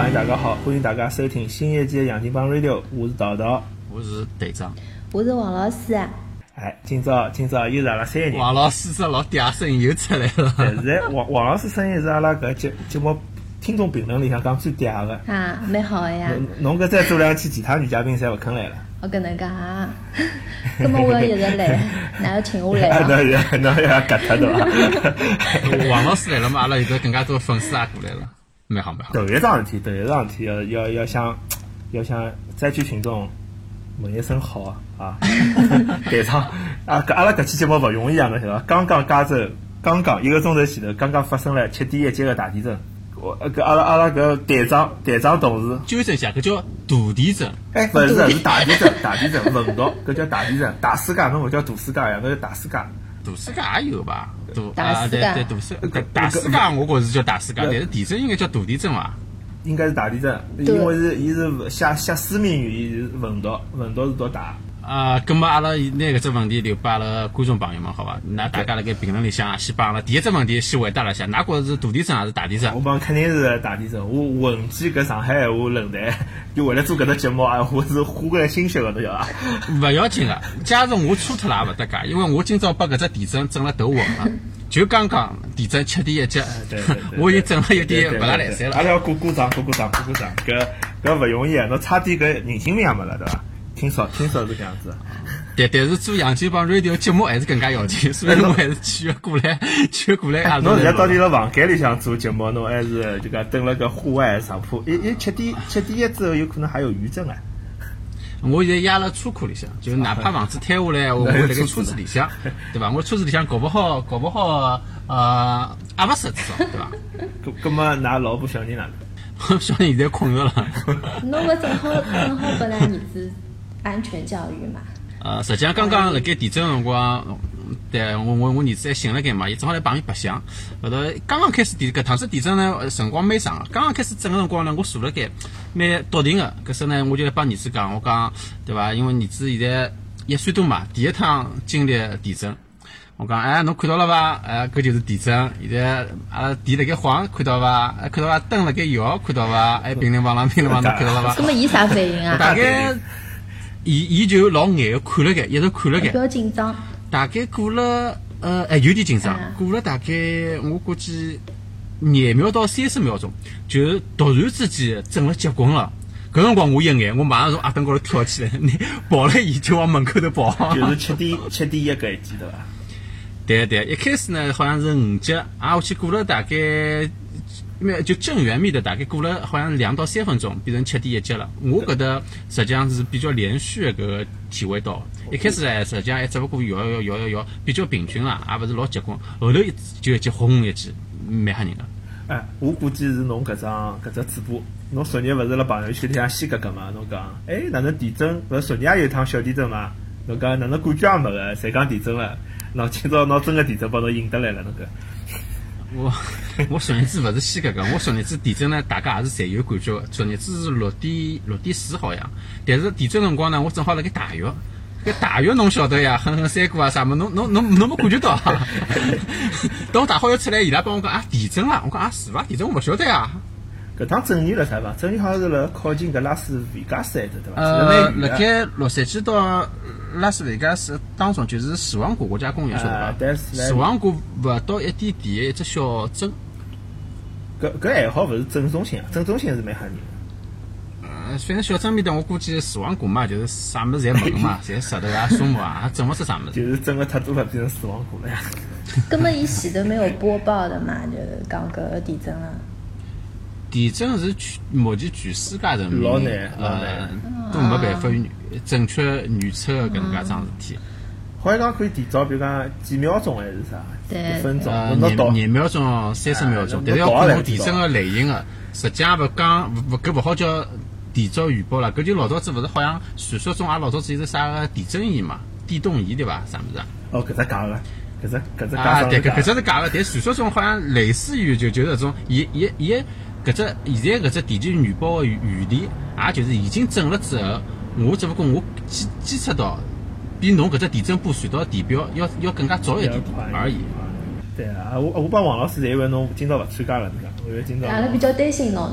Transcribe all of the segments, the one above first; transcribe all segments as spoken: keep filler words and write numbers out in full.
朋友大家好，欢迎大家收听新一期的杨金帮 Radio， 我是桃桃， 我是队长， 我是王老师啊。 哎，今朝今朝又是阿拉三个人。 王老师这老嗲声音又出来了。 对，现在王王老师声音是阿拉搿节节目听众评论里向讲最嗲的。 啊，蛮好的呀。 侬搿再做两期，其他女嘉宾侪勿肯来了。 我搿能介啊，葛末我要一直来，哪要请我来啊？ 那要那要搿脱对伐？ 王老师来了嘛，阿拉有得更加多粉丝也过来了，蛮好蛮好。 头一桩事体，头一桩事体要要要向要向灾区群众问一声好啊！队长啊，搿阿拉搿期节目勿容易啊，侬晓得伐？刚刚加州刚刚一个钟头前头，刚刚发生了七点一级的大地震。我搿阿拉阿拉搿队长队长同事纠正一下，搿叫大地震。 哎，勿是是大地震，大地震文读搿叫大地震。大世界侬勿叫大世界呀，侬叫大世界。 大世界也有吧？ 大啊，对对，大世大世界我觉着是叫大世界，但是地震应该叫大地震伐？ 应该是大地震，因为是伊是写写书面语，伊是文读，文读是读大。 啊，咁么阿拉拿搿只问题留拨阿拉观众朋友们，好伐？那大家辣盖评论里向先帮阿拉第一只问题先回答了一下，㑚觉着是大地震还是大地震？ 我讲肯定是大地震。我混迹搿上海闲话论坛，就为了做搿只节目啊，我是花了心血个，侬晓得伐？ 勿要紧个，假如我错脱了也勿得介，因为我今朝把搿只地震整了头昏了。就刚刚地震七点一级，我已经整了有点勿大来三了。 阿拉要鼓鼓掌，鼓鼓掌，鼓鼓掌，搿搿勿容易啊！侬差点搿人性命也没了，对伐？听说听说是搿样子。 但但是做杨金帮 radio 节目还是更加要紧，所以我还是继续过来，继续过来啊！ 侬现在到底辣房间里向做节目，侬还是就讲蹲辣搿户外上铺？一一七点七点一之后，有可能还有余震啊！ 我现在压了车库里向，就哪怕房子塌下来，我会辣盖车子里向，对伐？我车子里向搞不好，搞不好，呃，也勿死至少，对伐？ 搿搿么，㑚老婆小人哪能？ 小人现在困着了。 侬勿正好正好拨㑚儿子安全教育嘛？ 呃，实际上刚刚辣盖地震辰光，对我我我儿子还醒了盖嘛，伊正好来旁边白相。后头刚刚开始地搿趟子地震呢，辰光蛮长个。刚刚开始震个辰光呢，我坐辣盖蛮笃定个。搿时呢，我就来帮儿子讲，我讲对伐？因为儿子现在一岁多嘛，第一趟经历地震。我讲哎，侬看到了伐？哎，搿就是地震。现在阿拉地辣盖晃，看到伐？哎，看到伐？灯辣盖摇，看到伐？哎，乒铃乓啷，乒铃乓啷，看到了伐？ 搿么伊啥反应啊？ 大概。伊伊就老眼个看了盖，一直看了盖。 不要紧张。 大概过了呃，哎，有点紧张。过了大概我估计廿秒到三十秒钟，就突然之间震了结棍了。搿辰光我一眼，我马上从阿凳高头跳起来，跑了伊就往门口头跑。 就是七点七点一搿一记对伐？ 对对，一开始呢好像是五级，啊，我去过了大概。就震源密的大概过了好像两到三分钟，变成七点一级了。我觉得实际上是比较连续的搿个体会到。一开始哎，实际上还只不过摇摇摇摇摇，比较平均啦，也勿是老结棍。后头一就一记轰一记，蛮吓人个。 哎，我估计是侬搿张搿只主播，侬昨日勿是辣朋友圈里向先搿个嘛？侬讲，哎，哪能地震？勿是昨日也有一趟小地震嘛？侬讲哪能感觉也没个？侪讲地震了，喏，今朝拿真个地震帮侬引得来了，侬搿。 我我昨日子勿是先搿个，我昨日子地震呢，大家也是侪有感觉个。昨日子是六点六点四好像，但是地震辰光呢，我正好辣盖大浴，搿大浴侬晓得呀，哼哼山歌啊啥么，侬侬侬侬没感觉到啊？等我大好要出来，伊拉帮我讲啊地震了，我讲啊是伐？地震我勿晓得呀。 搿趟震源辣啥伐？震源好像是辣靠近搿拉斯维加斯埃搭对伐？ 呃，辣盖洛杉矶到拉斯维加斯当中，就是死亡谷国家公园，晓得伐？死亡谷勿到一点地一只小镇。 搿搿还好，勿是镇中心啊，镇中心是蛮吓人的。呃，反正小镇面搭，我估计死亡谷嘛，就是啥物事侪没个嘛，侪石头啊、树木啊，整勿出啥物事。 就是整个太多了，变成死亡谷了呀。 根本伊前头没有播报的嘛，就是讲搿个地震了。 地震是全目前全世界人民老难，老难， 都没办法正确预测搿能介桩事体。 好像讲可以提早，比如讲几秒钟还是啥？ 对， 一分钟， 呃，廿廿秒钟、三十秒钟，但是要看侬地震个类型个。实际上勿讲，勿搿勿好叫提早预报了。搿就老早子勿是好像传说中也老早子有只啥个地震仪嘛，地动仪对伐？啥物事啊？ 哦，搿只假个，搿只搿只假啊，对，搿搿只是假个，但传说中好像类似于就就搿种，伊伊伊搿只现在搿只地震预报个原理，也就是已经震了之后，我只不过我监监测到。比侬搿只地震波传到地表要要更加早一点点而已。 对啊，我我帮王老师以为侬今朝勿参加了，对伐？我以为今朝。 阿拉比较担心侬的啊。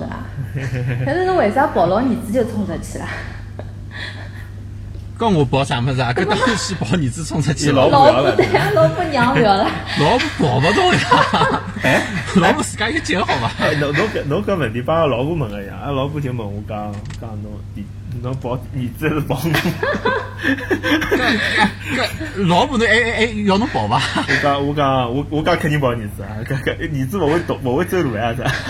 但是侬为啥抱牢儿子就冲出去了？ 跟我抱啥么子啊？搿当然是抱儿子冲出去了。 老婆对呀，老婆娘不要了。 老婆抱不动呀！哎，老婆自家有劲好伐？ 哎，侬侬搿侬搿问题帮阿拉老婆问个一样，阿拉老婆就问我讲讲侬侬抱儿子还是抱我？ 搿老婆侬还还还要侬抱伐？ 我讲我讲我我讲肯定抱儿子啊！搿搿儿子勿会动勿会走路呀，是吧？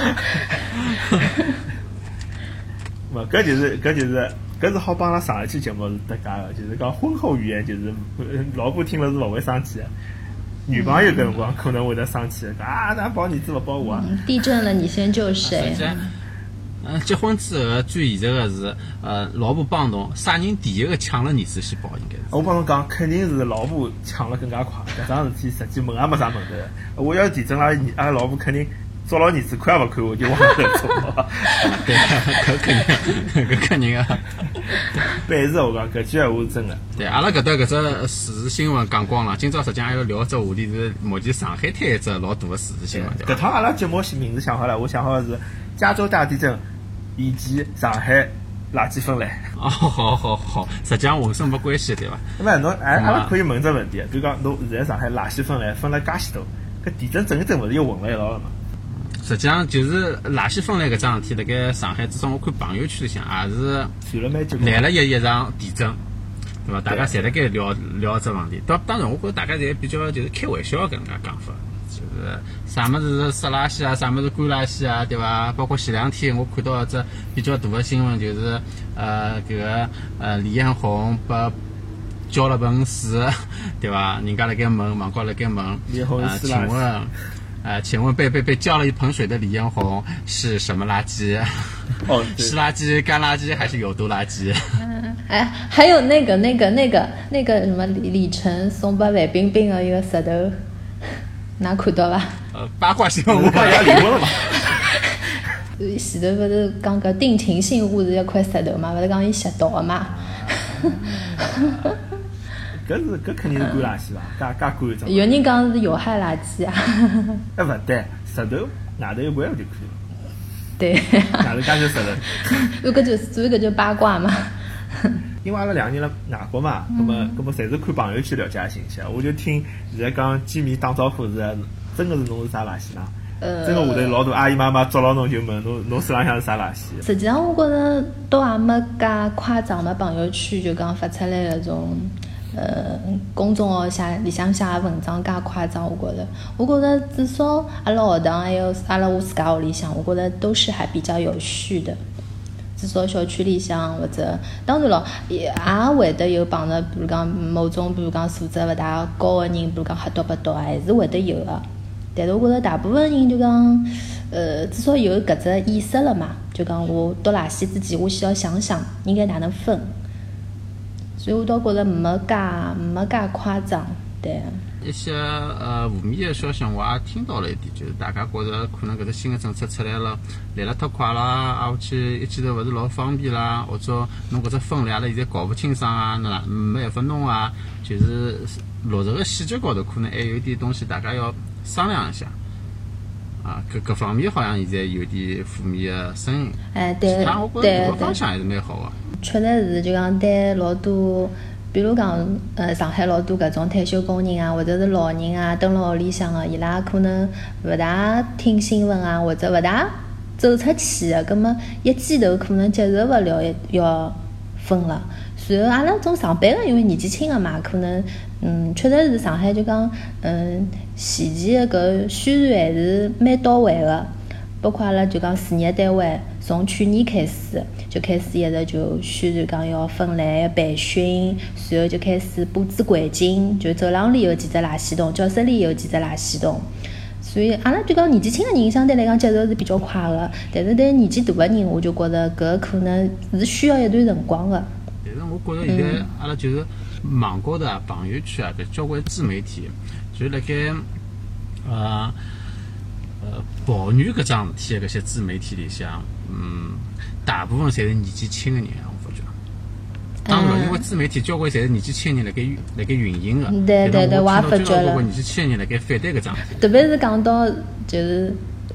勿，搿就是搿就是搿是好帮阿拉上一期节目是搭界个，就是讲婚后语言，就是老婆听了是勿会生气个，女朋友搿辰光可能会得生气个，啊，哪抱儿子勿抱我啊？ 地震了，你先救谁？ 嗯，结婚之后最现实个是，呃，老婆帮侬，啥人第一个抢了儿子先抱，应该是。 我帮侬讲，肯定是老婆抢了更加快。搿桩事体实际问也没啥问题。我要地震了，阿拉老婆肯定抓牢儿子看也勿看，我就往后走。 对，搿肯定，搿肯定啊。 但是我讲搿句闲话是真个。 对，阿拉搿搭搿只时事新闻讲光了，今朝实际上还要聊只话题是目前上海滩一只老大个时事新闻，对伐？ 搿趟阿拉节目名字想好了，我想好的是加州大地震以及上海垃圾分类。 哦，好好好，实际上浑身没关系，对伐？ 那么侬哎，阿拉可以问只问题，比如讲侬现在上海垃圾分类分了介许多，搿地震震一震勿是又混了一道了嘛？ 实际上就是垃圾分类搿桩事体，辣盖上海至少我看朋友圈里向也是传了蛮结来了一一场地震，对伐？大家侪辣盖聊聊这问题。当当然，我觉着大家侪比较就是开玩笑搿能介讲法，就是啥物事是湿垃圾啊，啥物事干垃圾啊，对伐？包括前两天我看到一只比较大的新闻，就是呃搿个呃李彦宏把交了盆水，对伐？人家辣盖问网高辣盖问，呃，请问。呃，请问被被被浇了一盆水的李彦宏是什么垃圾？ 哦， 湿垃圾、干垃圾还是有毒垃圾？ 嗯，哎，还有那个那个那个那个什么李李晨送给范冰冰的一个石头，哪看到伐？ 呃，八卦新闻我看也离婚了嘛。 前头不是讲搿定情信物是一块石头嘛，勿是讲伊吸毒个嘛？ 搿是搿肯定是干垃圾伐？介介干一种。 有人讲是有害垃圾啊。 哎，勿对，石头外头一弯就可以了。 对。 外头加些石头。 搿就所以搿就八卦嘛。 因为阿拉两个人辣外国嘛，葛末葛末侪是看朋友圈了解信息。我就听现在讲见面打招呼是真个是侬是啥垃圾呢？ 呃， 真个下头老大阿姨妈妈捉牢侬就问侬侬手浪向是啥垃圾？ 实际上我觉着倒也没介夸张嘛，朋友圈就讲发出来搿种。呃，公众号写里向写文章介夸张，我觉着，我觉着至少阿拉学堂还有阿拉我自家屋里向，我觉着都是还比较有序的。至少小区里向或者，当然了，也也会得有碰着，比如讲某种，比如讲素质勿大高个人，比如讲黑毒白毒，还是会得有个。但是我觉着大部分人就讲，呃，至少有搿只意识了嘛，就讲我倒垃圾之前，我先要想想应该哪能分。所以我倒觉着没介没介夸张，对。 一些呃负面的消息我也听到了一点，就是大家觉着可能搿只新的政策出来了，来了太快啦，啊，去一记头勿是老方便啦，或者侬搿只分类阿拉现在搞不清爽啊，那没办法弄啊，就是落实个细节高头可能还有一点东西大家要商量一下。啊，各各方面好像现在有点负面的声音。 哎，对， 但我觉对着方向还是蛮好的。 确实是，就讲对老多，比如讲，呃，上海老多搿种退休工人啊，或者是老人啊，蹲辣屋里向个，伊拉可能勿大听新闻啊，或者勿大走出去个，葛末一记头可能接受勿了要分了。然后阿拉种上班个，因为年纪轻个嘛，可能嗯，确实是上海就讲嗯，前期个搿宣传还是蛮到位个，包括阿拉就讲事业单位，从去年开始就开始一直就宣传讲要分类培训，然后就开始布置环境，就走廊里有几只垃圾桶，教室里有几只垃圾桶。所以阿拉就讲年纪轻个人相对来讲接受是比较快个，但是对年纪大个人，我就觉着搿可能是需要一段辰光个。 但是我觉着现在阿拉就是网高头啊、朋友圈啊，搿交关自媒体，就辣盖呃呃抱怨搿桩事体搿些自媒体里向，嗯，大部分侪是年纪轻个人，我发觉。当然了，因为自媒体交关侪是年纪轻人辣盖辣盖运营个。 对对对，我也发觉了。 年纪轻人辣盖反对搿桩事体。 特别是讲到就是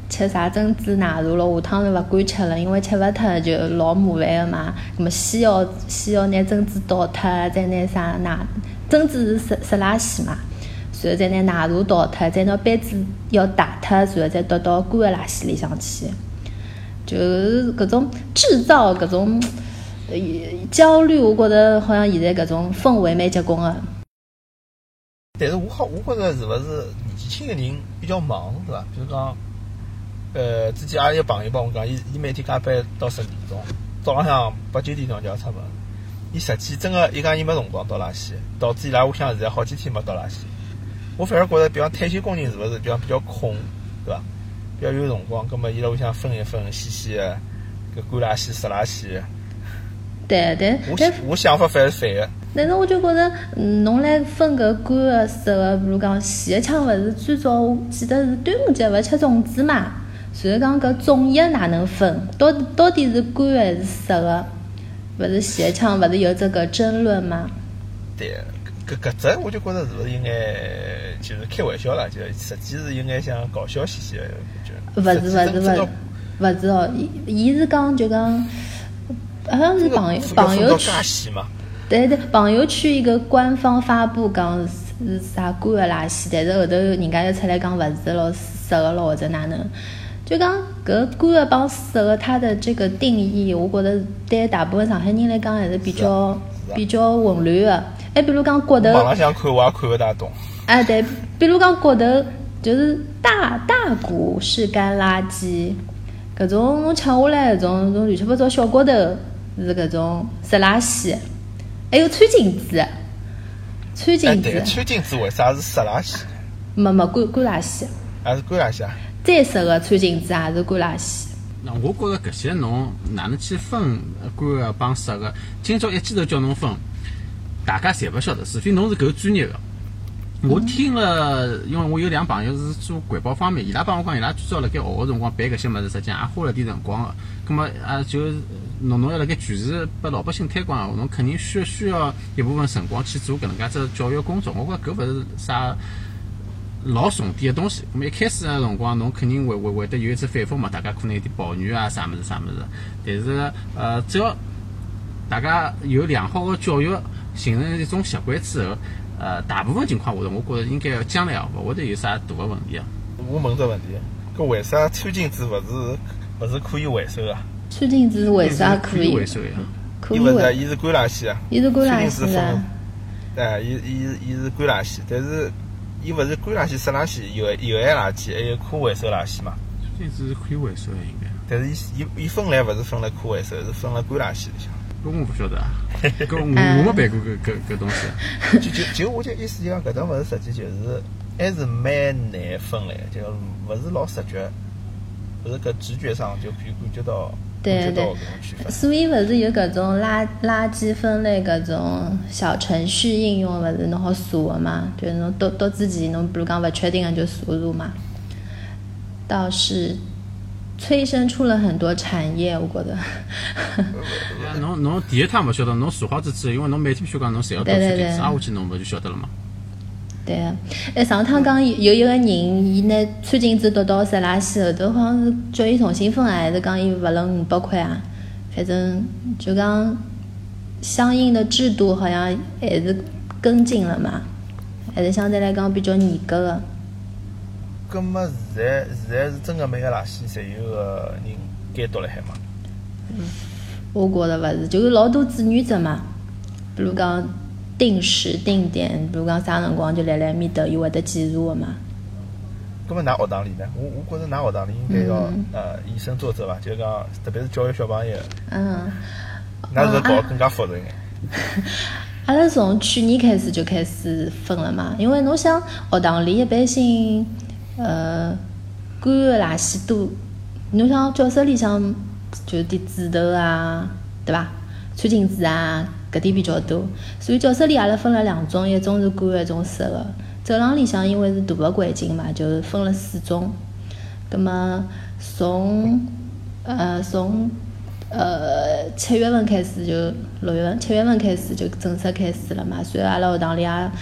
吃啥珍珠奶茶咯，下趟是勿敢吃了，因为吃勿脱就老麻烦个嘛。咁么先要先要拿珍珠倒脱，再拿啥奶珍珠是湿湿拉稀嘛，然后再拿奶茶倒脱，再拿杯子要打脱，然后再倒到干个垃圾里向去。就是搿种制造搿种呃焦虑，我觉着好像现在搿种氛围蛮结棍个。 但是我好，我觉着是勿是年纪轻个人比较忙，对伐？比如讲，呃，之前也有朋友帮我讲，伊伊每天加班到十点钟，早浪向八九点钟就要出门。伊实际真个，伊讲伊没辰光倒垃圾，导致伊拉屋里向现在好几天没倒垃圾。我反而觉着，比方退休工人是勿是比方比较空，对伐？比较有辰光，葛末伊拉屋里向分一分，洗洗个搿干垃圾、湿垃圾。 对对， 我我想法反而反个。 但是我就觉着，嗯，侬来分搿干个湿个，比如讲洗个枪，勿是最早我记得是端午节勿吃粽子嘛？所以讲搿粽叶哪能分？到到底是干还是湿个？勿是洗个枪，勿是有这个争论吗？ 对，搿搿只我就觉着是勿是应该就是开玩笑啦，就实际是应该想搞笑嘻嘻个感觉。 勿是勿是勿是勿是哦，伊伊是讲就讲，好像是朋友朋友圈。对对，朋友圈一个官方发布讲是啥干个垃圾，但是后头人家又出来讲勿是咯，湿个咯或者哪能？就讲搿干个帮湿个，它的这个定义，我觉着对大部分上海人来讲还是比较比较混乱个。哎，比如讲骨头， 网浪向看我也看勿大懂。 哎，对，比如讲骨头就是大大骨是干垃圾，搿种侬吃下来搿种种乱七八糟小骨头是搿种湿垃圾。还有穿金子，穿金子， 穿金子为啥是湿垃圾？ 没没干干垃圾， 还是干垃圾啊？ 再湿个穿金子也是干垃圾。 那我觉着搿些侬哪能去分干个帮湿个？今朝一记头叫侬分，大家侪勿晓得，除非侬是够专业个。我听了，因为我有两朋友是做环保方面，伊拉帮我讲，伊拉最早辣盖学个辰光办搿些物事，实际上也花了点辰光个。葛末啊，就侬侬要辣盖全市拨老百姓推广个，侬肯定需需要一部分辰光去做搿能介只教育工作。我觉搿勿是啥老重点个东西。葛末一开始个辰光，侬肯定会会会得有一只反复嘛，大家可能有点抱怨啊，啥物事啥物事。但是呃，只要大家有良好个教育，形成一种习惯之后。呃，大部分情况下头，我觉着应该将来勿会得有啥大个问题啊。 我问只问题，搿为啥餐巾纸勿是勿是可以回收啊？ 餐巾纸为啥可以回收呀？ 可以回收，伊是干垃圾啊。 伊是干垃圾啊。 哎，伊伊伊是干垃圾，但是伊勿是干垃圾、湿垃圾、有有害垃圾，还有可回收垃圾嘛？ 餐巾纸是可以回收的，应该。 但是伊伊伊分类勿是分了可回收，是分了干垃圾里向。 搿我勿晓得啊，搿我我没办过搿搿搿东西。 就就就我就意思就讲，搿种物事实际就是还是蛮难分类，就勿是老直觉，勿是搿直觉上就可以感觉到感觉到搿种区分。 所以勿是有搿种垃垃圾分类搿种小程序应用，勿是侬好查个嘛？就是侬读读之前，侬比如讲勿确定个就查查嘛。倒是催生出了很多产业，我觉得。 侬侬第一趟勿晓得，侬查好之后，因为侬每天譬如讲侬侪要到餐巾纸挨下去，侬勿就晓得了嘛？ 对个，哎，上趟讲有一个人，伊拿餐巾纸丢到湿垃圾后头，好像是叫伊重新分，还是讲伊罚了五百块啊？反正就讲相应的制度好像还是跟进了嘛，还是相对来讲比较严格个。 咁么现在现在是真个每个垃圾侪有个人监督辣海嘛？ 嗯，我觉着勿是，就是老多志愿者嘛，比如讲定时定点，比如讲啥辰光就来来面头，伊会得检查个嘛。 咁么㑚学堂里呢？我我觉着㑚学堂里应该要、嗯、呃以身作则伐？就是讲，特别是教育小朋友。 嗯。 㑚是搞更加复杂一点。 阿拉从去年开始就开始分了嘛，因为侬想学堂里一般性。呃，干个垃圾多，侬像教室里向就是点纸头啊，对伐？餐巾纸啊，搿点比较多。所以教室里阿拉分了两种，一种是干个，一种湿个。走廊里向因为是大个环境嘛，就分了四种。葛么从呃从呃七月份开始就六月份七月份开始就正式开始了嘛。所以阿拉学堂里也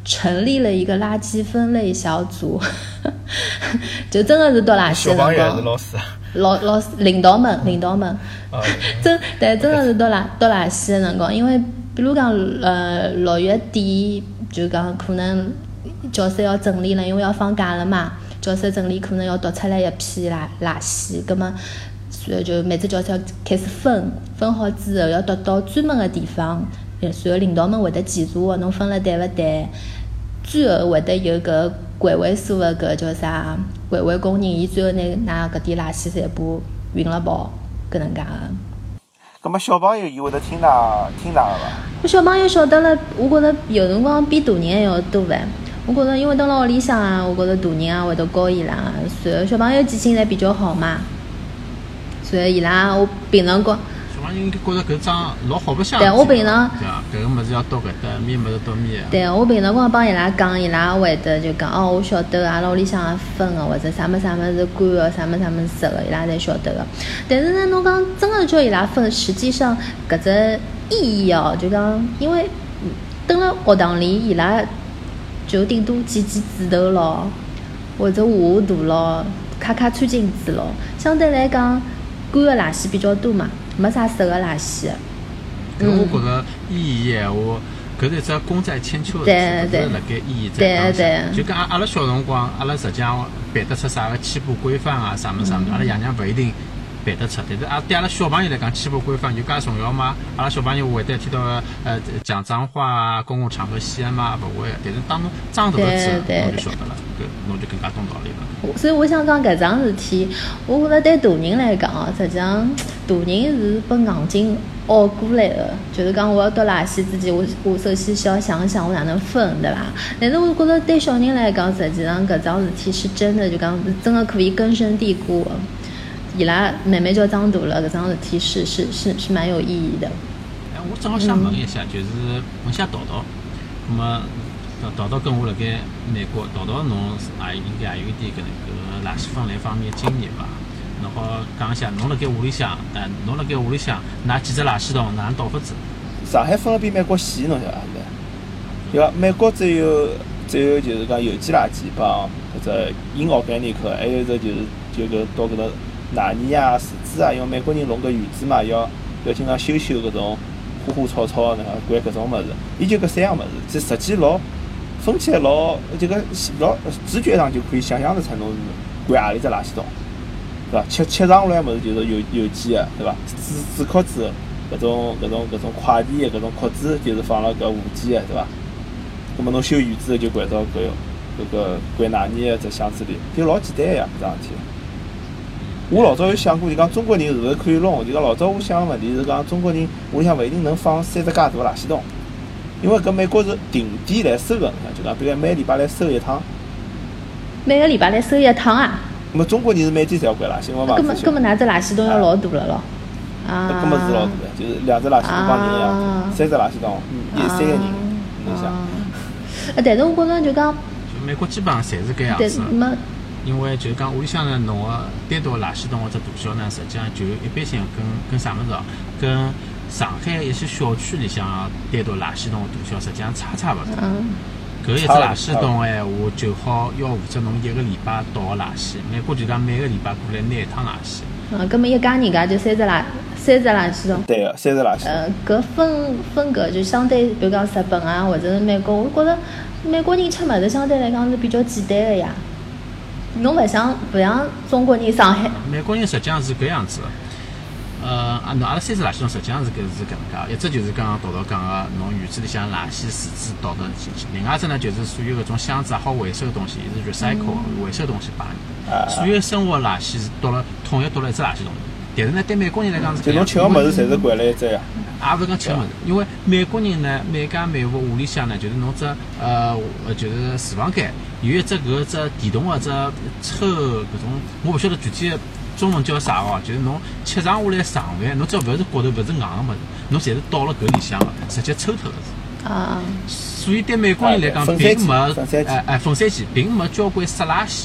成立了一个垃圾分类小组，就真的是倒垃圾的辰光。 小朋友还是老师啊？ 老老师领导们，领导们， 啊真但真的是倒垃倒垃圾的辰光，因为比如讲呃六月底就讲可能教室要整理了，因为要放假了嘛，教室整理可能要倒出来一批垃垃圾，葛么然后就每只教室要开始分，分好之后要倒到专门的地方。然后领导们会得检查，侬分了对勿对？最后会得有个管委所的搿叫啥管委工人，伊最后拿㑚搿点垃圾全部运了跑，搿能介个。 咁么小朋友伊会得听㑚听㑚个伐？ 小朋友晓得了，我觉着有辰光比大人还要多唻。我觉着因为蹲辣屋里向啊，我觉着大人啊会得教伊拉，然后小朋友记性侪比较好嘛，所以伊拉我平常讲。 小朋友应该觉着搿桩老好白相。 对，我平常对伐？搿个物事要到搿搭，面物事到面。 对，我平常光帮伊拉讲，伊拉会得就讲哦，我晓得阿拉屋里向也分个，或者啥物啥物是干个，啥物啥物是湿个，伊拉侪晓得个。但是呢，侬讲真个叫伊拉分，实际上搿只意义哦，就讲因为蹲辣学堂里，伊拉就顶多剪剪指头咯，或者画画图咯，揩揩餐巾纸咯，相对来讲干个垃圾比较多嘛。没啥湿个垃圾， 搿我觉着意义闲话，搿是一只功在千秋的事，勿是辣盖意义在当下。就讲阿拉小辰光，阿拉实际上背得出啥个起步规范啊，啥物啥物，阿拉爷娘勿一定背得出。但是啊，对阿拉小朋友来讲，起步规范就介重要嘛。阿拉小朋友会得听到呃讲脏话啊，公共场合吸烟嘛，勿会。但是当侬长大了之后，侬就晓得了，搿侬就更加懂道理了。 所以我想讲搿桩事体，我觉着对大人来讲哦，实际上大人是被硬劲熬过来的。就是讲我要倒垃圾之前，我我首先需要想想我哪能分，对伐？但是我觉着对小人来讲，实际上搿桩事体是真的，就讲真的可以根深蒂固的。伊拉慢慢就长大了，搿桩事体是是是是蛮有意义的。 哎，我正好想问一下，嗯、就是问下桃桃，那么。桃桃跟我辣盖美国，桃桃侬也应该也有一点搿能个垃圾分类方面经验伐？侬好讲一下，侬辣盖屋里向，呃，侬辣盖屋里向拿几只垃圾桶，哪能倒法子？ 上海分得比美国细，侬晓得伐？对伐？美国只有只有就是讲有机垃圾帮或者因organic那个，还有一只就是就搿到搿头奶泥啊、树枝啊，因为美国人弄个园子嘛，要要经常修修搿种花花草草，那个管搿种物事，伊就搿三样物事，这实际老。分起来老，这个老直觉上就可以想象得出侬是管何里只垃圾桶，对伐？吃吃上来物事就是有有机的，对伐？纸纸壳子，搿种搿种搿种快递的搿种壳子就是放了搿无机的，对伐？那么侬修院子就掼到搿搿个管奶泥的只箱子里，就老简单个呀，搿桩事体。我老早有想过，就讲中国人是勿是可以弄？就讲老早我想个问题是讲中国人屋里向勿一定能放三只介大个垃圾桶。因为搿美国是定点来收个，就讲比如每个礼拜来收一趟。 每个礼拜来收一趟啊？ 那么中国人是每天侪要管垃圾，我房子小。 搿么搿么哪只垃圾桶要老大了咯？啊。 搿么是老大的，就是两只垃圾桶帮人一样，三只垃圾桶，嗯，有三个人，侬想。 呃，但是我觉着就讲， 美国基本上侪是搿样子。因为就是讲屋里向呢，侬个单独垃圾桶或者大小呢，实际上就一般性跟跟啥物事哦，跟。上海一些小区里向单独垃圾桶大小实际上差差勿多。搿一只垃圾桶闲话，就好要负责侬一个礼拜倒个垃圾。美国就讲每个礼拜过来拿一趟垃圾。 嗯，搿么一家人家就三只垃三只垃圾桶。 对个，三只垃圾桶。 呃，搿分分搿就相对，比如讲日本啊，或者是美国，我觉着美国人吃物事相对来讲是比较简单个呀。侬勿像勿像中国人上海。 美国人实际上是搿样子。呃，啊，侬阿拉三只垃圾桶实际上是搿是搿能介，一只就是刚刚桃桃讲个，侬院子里向垃圾树枝倒得进去；，另外一只呢就是所有搿种箱子好回收个东西，是 recycle 回收东西摆。所有生活垃圾是倒了统一倒了一只垃圾桶。但是呢，对美国人来讲是。 就侬吃个物事，侪是归了一只呀。 也勿是讲吃物事，因为美国人呢，每家每户屋里向呢，就是侬只呃，就是厨房间有一只搿只电动个只抽搿种，我勿晓得具体。中文叫啥哦？就是侬吃上下来剩饭，侬只要勿是骨头，勿是硬个物事，侬侪是倒了搿里向个，直接抽脱个是。 啊。 所以对美国人来讲，并没哎哎粉碎机，并没交关湿垃圾，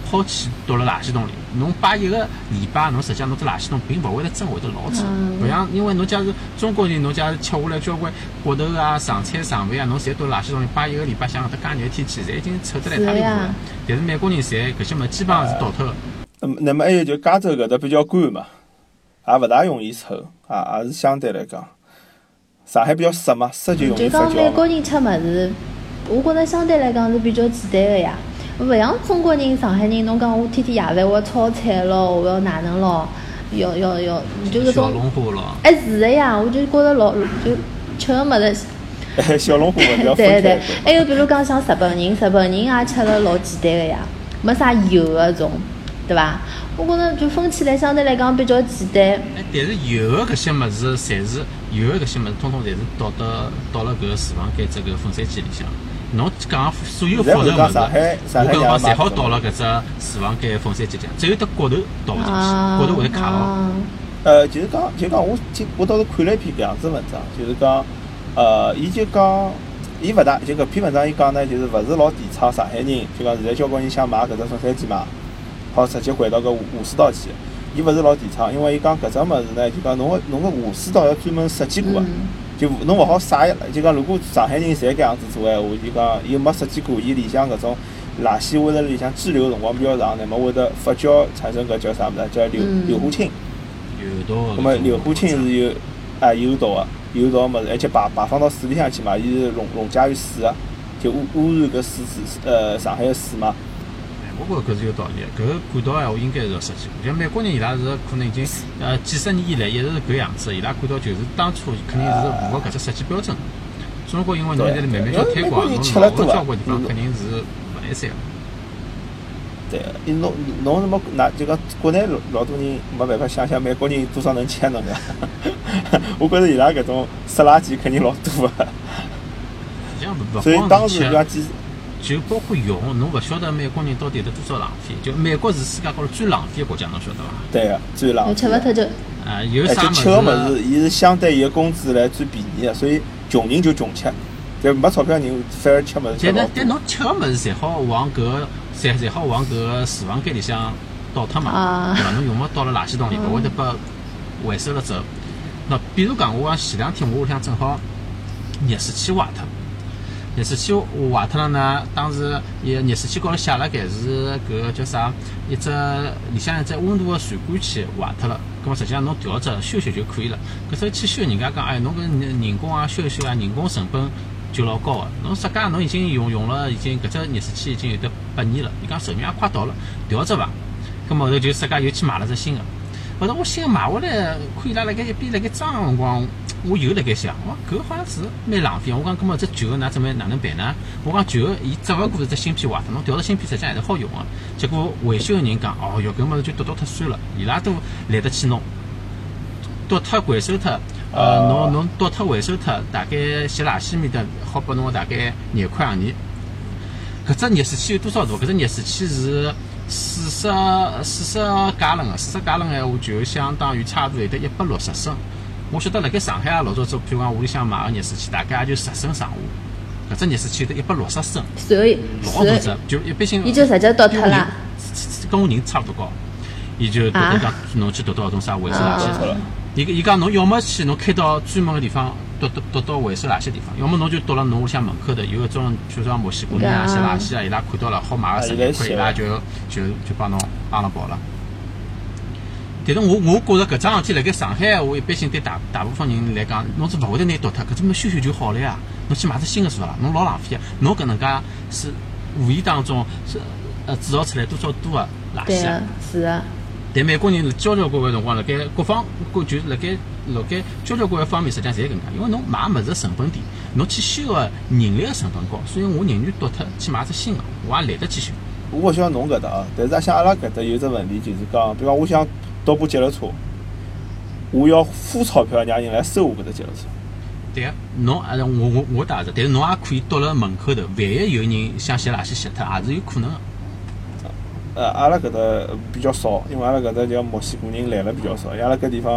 抛弃倒了垃圾桶里。侬摆一个礼拜，侬实际上侬只垃圾桶并勿会得真会得老臭。勿像因为侬假如中国人，侬假如吃下来交关骨头啊、剩菜剩饭啊，侬侪倒垃圾桶里摆一个礼拜，像搿搭介热天气，侪已经臭得来太离谱了。但是美国人侪搿些物基本上是倒脱个。 嗯，那么还有就加州搿搭比较干嘛，也勿大容易臭啊，也是相对来讲。上海比较湿嘛，湿就容易发酵。 就讲美国人吃物事，我觉着相对来讲是比较简单个呀。勿像中国人、上海人，侬讲我天天夜饭我要炒菜咯，我要哪能咯，要要要，就搿种。 小龙虾咯。 哎，是个呀，我就觉着老就吃个物事。 小龙虾比较对对，还有比如讲像日本人，日本人也吃了老简单个呀，没啥油个种，对伐？我觉着就分起来相对来讲比较简单。 哎，但是油个搿些物事，侪是油个搿些物事，通通侪是倒到倒了搿个厨房间这个粉碎机里向。侬讲所有复杂物事，我搿辰光侪好倒了搿只厨房间粉碎机里向，只有得骨头倒勿进去，骨头会卡牢。 呃，就是讲，就讲我我倒是看了一篇搿样子文章，就是讲，呃，伊就讲，伊勿大，就搿篇文章伊讲呢，就是勿是老提倡上海人，就讲现在交关人想买搿只粉碎机嘛。好直接回到搿下水道去，伊勿是老提倡，因为伊讲搿只物事呢，就讲侬个侬个下水道要专门设计过个，就侬勿好撒一，就讲如果上海人侪搿样子做闲话，就讲伊没设计过，伊里向搿种垃圾会辣里向滞留辰光比较长，乃末会得发酵产生搿叫啥物事？叫硫硫化氢。 有毒。 那么硫化氢是有啊有毒个，有毒个物事，而且排排放到水里向去嘛，伊是溶溶解于水个，就污污染搿水质呃上海个水嘛。 我觉着搿是有道理，搿个管道闲话应该是要设计。像美国人伊拉是可能已经呃几十年以来一直是搿样子，伊拉管道就是当初肯定是符合搿只设计标准。中国因为侬现在慢慢叫推广，侬老个交关地方肯定是勿来三个。 对，因侬侬什么那就讲国内老多人没办法想象美国人多少能吃侬个。我觉着伊拉搿种湿垃圾肯定老多个。所以当时讲几。 就包括用，侬勿晓得美国人到底有多少浪费。就美国是世界高头最浪费的国家，侬晓得伐？ 对个，最浪费。 吃勿脱就。 啊，有啥物事？ 吃个物事，伊是相对伊个工资来最便宜个，所以穷人就穷吃，就没钞票人反而吃物事。 但但但侬吃个物事侪好往搿，侪侪好往搿个厨房间里向倒脱嘛，对伐？侬用么倒了垃圾桶里，勿会得拨回收了走。那比如讲，我前两天我屋里向正好热水器坏脱。热水器坏脱了呢，当时伊热水器高头写了盖是搿个叫啥？一只里向一只温度个传感器坏脱了，葛末实际上侬调只修修就可以了。搿只去修，人家讲哎，侬搿人工啊修一修啊，人工成本就老高个。侬自家侬已经用用了，已经搿只热水器已经有得八年了，伊讲寿命也快到了，调只伐？葛末后头就自家又去买了只新个。后头我新个买下来，看伊拉辣盖一边辣盖装个辰光。我又辣盖想，我搿好像是蛮浪费。我讲，搿么这旧个哪怎么哪能办呢？我讲旧个，伊只勿过是只芯片坏脱，侬调只芯片实际上还是好用个。结果维修个人讲，哦哟，搿物事就倒倒脱算了，伊拉都懒得去弄，倒脱回收脱，呃，侬侬倒脱回收脱，大概洗垃圾面搭好拨侬大概廿块洋钿。搿只热水器有多少大？搿只热水器是四十四十加仑个，四十加仑闲话就相当于差不多有得一百六十升。我晓得辣盖上海啊，老早做，譬如讲屋里向买个热水器，大概也就十升上下。搿只热水器有得一百六十升， 所以老大只，就一般性。 伊就直接倒脱了。 跟我人差不多高，伊就倒倒讲侬去倒倒种啥回收垃圾。伊伊讲侬要么去侬开到专门个地方倒倒倒到回收垃圾地方，要么侬就倒辣侬屋里向门口头有一种，就像墨西哥人啊洗垃圾啊，伊拉看到了好买个十几块，伊拉就就就帮侬帮侬跑了。但是我我觉着搿桩事体辣盖上海，我一般性对大大部分人来讲，侬是勿会得拿倒脱，搿只么修修就好了呀。侬去买只新个是勿啦？侬老浪费个，侬搿能介是无意当中是呃制造出来多少多个垃圾啊？ 是啊。 但美国人交交关关辰光辣盖各方各就是辣盖辣盖交交关关方面，实际上侪搿能介，因为侬买物事成本低，侬去修个人力个成本高，所以我宁愿倒脱去买只新个，我也懒得去修。 我勿晓得侬搿搭啊，但是像阿拉搿搭有只问题，就是讲，比方我想倒部脚踏车，我要付钞票让人来收我搿只脚踏车。 对个，侬啊，我我我打着，但是侬也可以倒辣门口头，万一有人想洗垃圾洗脱，也是有可能个。 呃，阿拉搿搭比较少，因为阿拉搿搭叫墨西哥人来了比较少，阿拉搿地方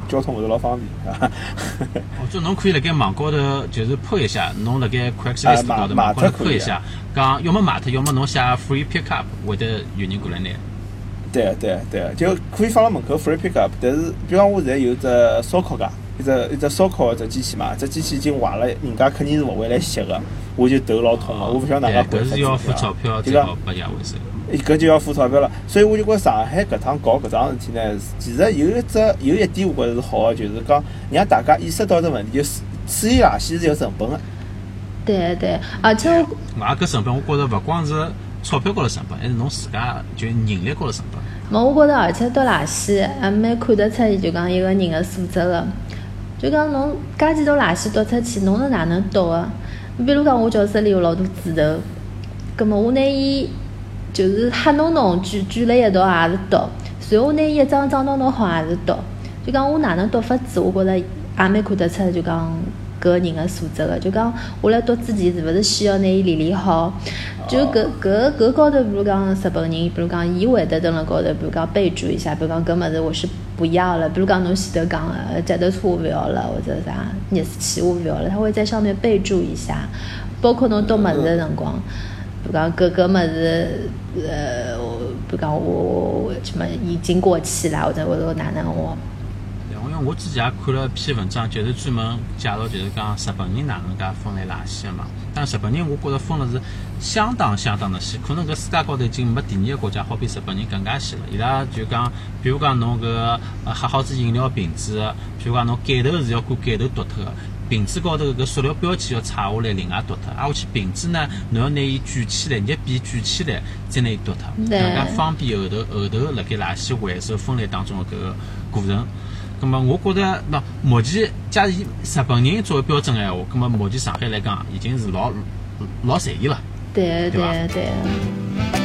交通会得老方便啊。 我就侬可以辣盖网高头就是抛一下，侬辣盖 Craigslist 高头网高头抛一下，讲要么卖脱，要么侬写 free pick up，会得有人过来拿。 对对对，就可以放辣门口 free pick up， 但是比方我现在有只烧烤架，一只一只烧烤只机器嘛，只机器已经坏了，人家肯定是勿会来卸个，我就头老痛了，我勿晓得哪能回事。 搿是要付钞票才好拨人家回收。 搿就要付钞票了，所以我就觉着上海搿趟搞搿桩事体呢，其实有一只有一点我觉着是好个，就是讲让大家意识到这问题，就是处理垃圾是有成本个。 对对，而且我外搿成本，我觉着勿光是钞票高头成本，还是侬自家就人力高头成本。 么我觉着，而且倒垃圾还蛮看得出，就讲一个人的素质个。就讲侬介几多垃圾倒出去，侬是哪能倒个？比如讲我教室里有老多纸头，葛末我拿伊。就是黑弄弄卷卷了一道也是倒，随后我拿伊一张张弄弄好也是倒。就讲我哪能倒法子，我觉着也蛮看得出，就讲搿个人的素质个。就讲我辣倒之前是勿是先要拿伊理理好？就搿搿搿高头，比如讲日本人，比如讲伊会得蹲辣高头，比如讲备注一下，比如讲搿物事我是不要了，比如讲侬前头讲个脚头车我勿要了，或者啥热水器我勿要了，他会在上面备注一下，包括侬倒物事的辰光。比如讲搿搿物事，呃，比如讲我我什么已经过期了，或者或者哪能我。 因为我之前也看了一篇文章，就是专门介绍，就是讲日本人哪能介分类垃圾的嘛。但日本人我觉着分的是相当相当的细，可能搿世界高头已经没第二个国家好比日本人更加细了。伊拉就讲，比如讲侬搿呃喝好子饮料瓶子，比如讲侬盖头是要管盖头脱脱的。瓶子高头搿塑料标签要拆下来，另外脱脱。挨下去瓶子呢，侬要拿伊卷起来，热笔卷起来，再拿伊脱脱，更加方便后头后头辣盖垃圾回收分类当中的搿个过程。咁么，我觉着那目前假如以日本人作为标准闲话，咁么目前上海来讲已经是老老随意了， 对对吧？ 对对。